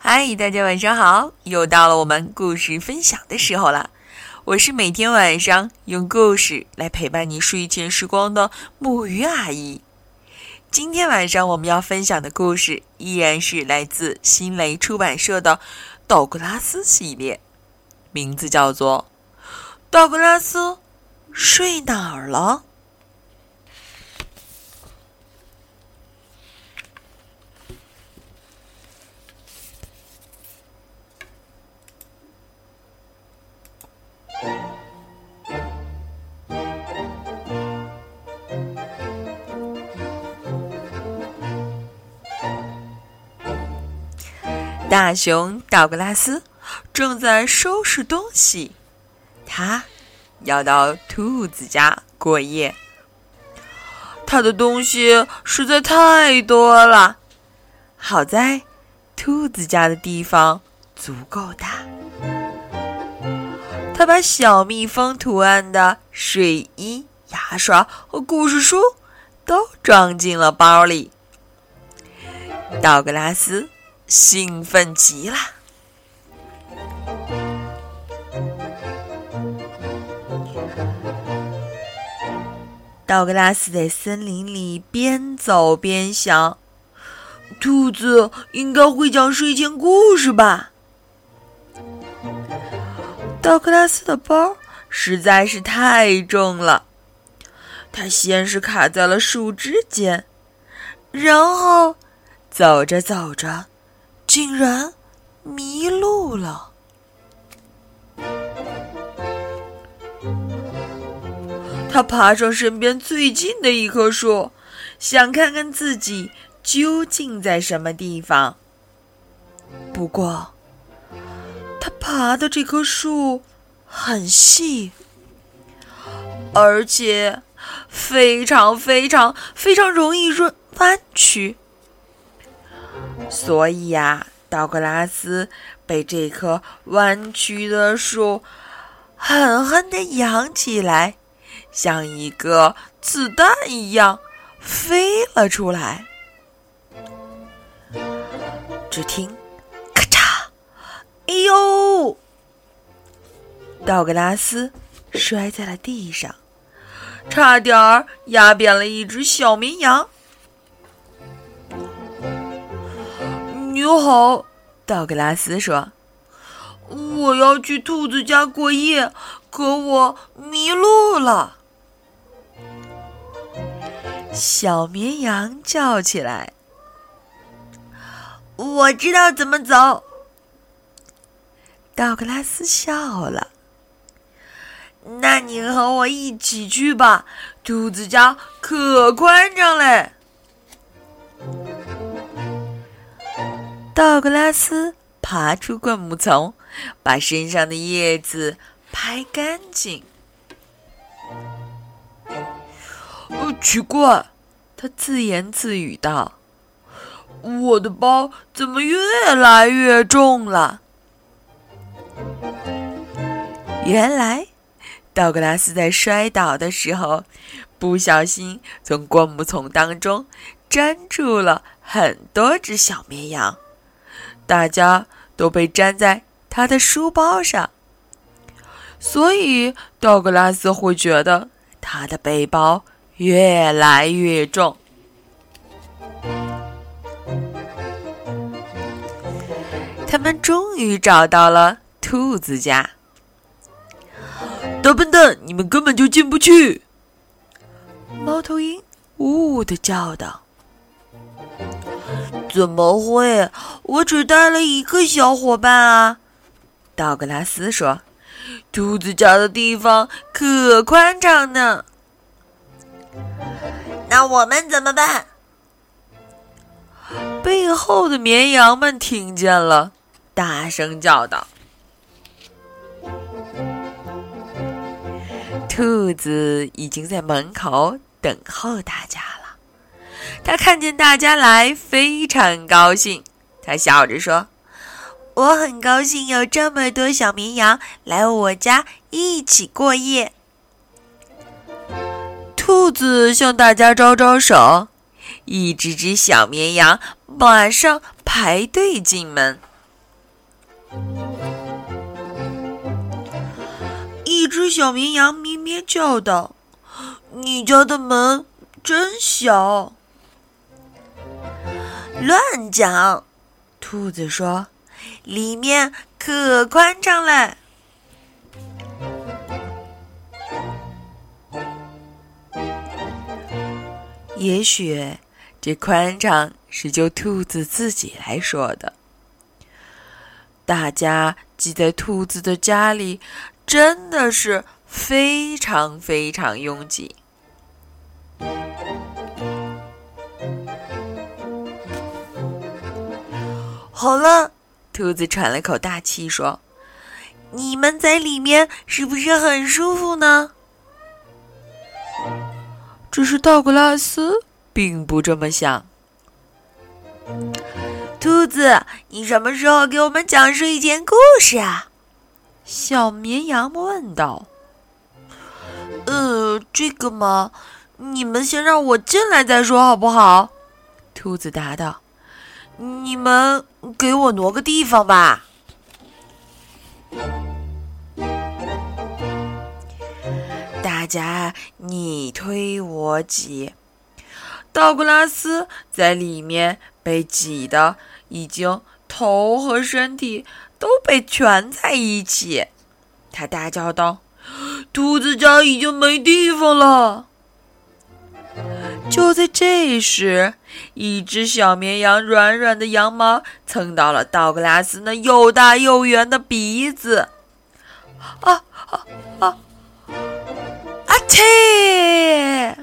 嗨，大家晚上好！又到了我们故事分享的时候了。我是每天晚上用故事来陪伴你睡前时光的木鱼阿姨。今天晚上我们要分享的故事依然是来自新蕾出版社的道格拉斯系列，名字叫做道格拉斯睡哪儿了？大熊道格拉斯正在收拾东西，他要到兔子家过夜。他的东西实在太多了，好在兔子家的地方足够大。他把小蜜蜂图案的睡衣、牙刷和故事书都装进了包里。道格拉斯兴奋极了。道格拉斯在森林里边走边想，兔子应该会讲睡前故事吧。道格拉斯的包实在是太重了，他先是卡在了树枝间，然后走着走着竟然迷路了。他爬上身边最近的一棵树，想看看自己究竟在什么地方。不过，他爬的这棵树很细，而且非常容易弯曲。所以呀，道格拉斯被这棵弯曲的树狠狠地扬起来，像一个子弹一样飞了出来。只听咔嚓，哎呦！道格拉斯摔在了地上，差点压扁了一只小绵羊。你好，道格拉斯说，我要去兔子家过夜，可我迷路了。小绵羊叫起来，我知道怎么走。道格拉斯笑了，那你和我一起去吧，兔子家可宽敞嘞。道格拉斯爬出灌木丛，把身上的叶子拍干净。奇怪，他自言自语道，我的包怎么越来越重了？原来道格拉斯在摔倒的时候不小心从灌木丛当中粘住了很多只小绵羊，大家都被粘在他的书包上，所以道格拉斯会觉得他的背包越来越重。他们终于找到了兔子家。大笨蛋，你们根本就进不去！猫头鹰呜呜地叫道。怎么会？我只带了一个小伙伴啊！道格拉斯说，兔子家的地方可宽敞呢。那我们怎么办？背后的绵羊们听见了，大声叫道。兔子已经在门口等候大家了，他看见大家来，非常高兴。他笑着说，我很高兴有这么多小绵羊来我家一起过夜。兔子向大家招招手，一只只小绵羊马上排队进门。 一只小绵羊咩咩叫道：“你家的门真小。”乱讲，兔子说：“里面可宽敞了。”也许这宽敞是就兔子自己来说的。大家挤在兔子的家里，真的是非常非常拥挤。好了，兔子喘了口大气说：“你们在里面是不是很舒服呢？”只是道格拉斯并不这么想。兔子，你什么时候给我们讲述一件故事啊？小绵羊问道。这个嘛，你们先让我进来再说好不好？兔子答道。你们给我挪个地方吧。大家你推我挤，道格拉斯在里面被挤得已经头和身体都被蜷在一起。他大叫道：“兔子家已经没地方了！”就在这时，一只小绵羊软软的羊毛蹭到了道格拉斯那又大又圆的鼻子。切！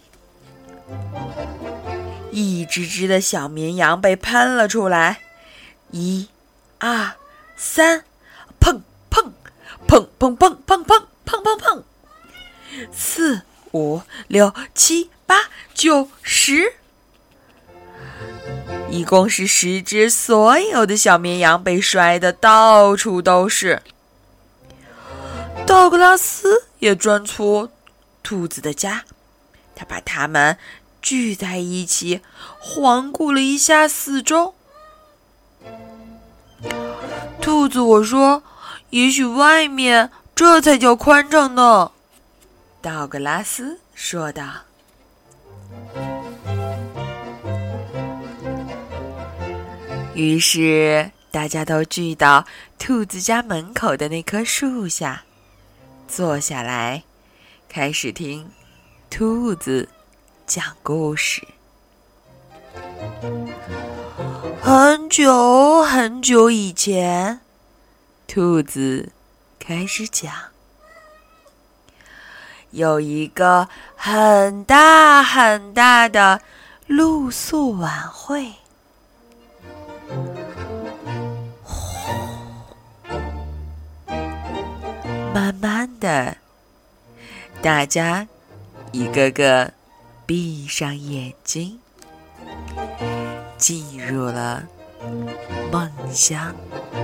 一只只的小绵羊被喷了出来，1、2、3，砰砰砰砰砰砰砰砰砰砰，4、5、6、7、8、9、10，一共是10只所有的小绵羊被摔得到处都是。道格拉斯也钻出兔子的家，他把它们聚在一起，环顾了一下四周。兔子，我说，也许外面这才叫宽敞呢。道格拉斯说道。于是大家都聚到兔子家门口的那棵树下，坐下来开始听兔子讲故事。很久很久以前，兔子开始讲，有一个很大很大的露宿晚会。慢慢的，大家一个个闭上眼睛，进入了梦乡。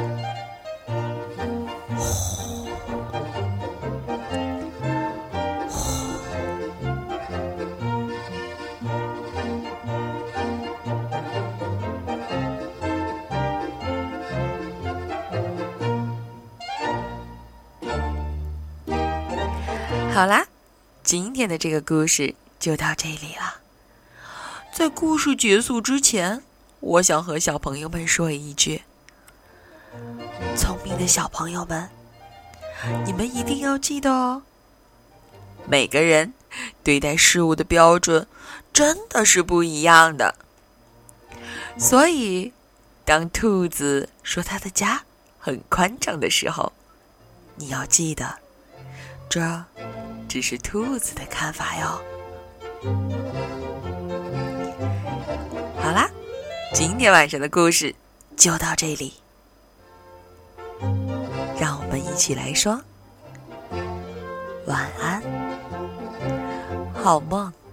好啦，今天的这个故事就到这里了。在故事结束之前，我想和小朋友们说一句：聪明的小朋友们，你们一定要记得哦，每个人对待事物的标准真的是不一样的。所以，当兔子说它的家很宽敞的时候，你要记得，这只是兔子的看法哟。好啦，今天晚上的故事就到这里，让我们一起来说晚安，好梦。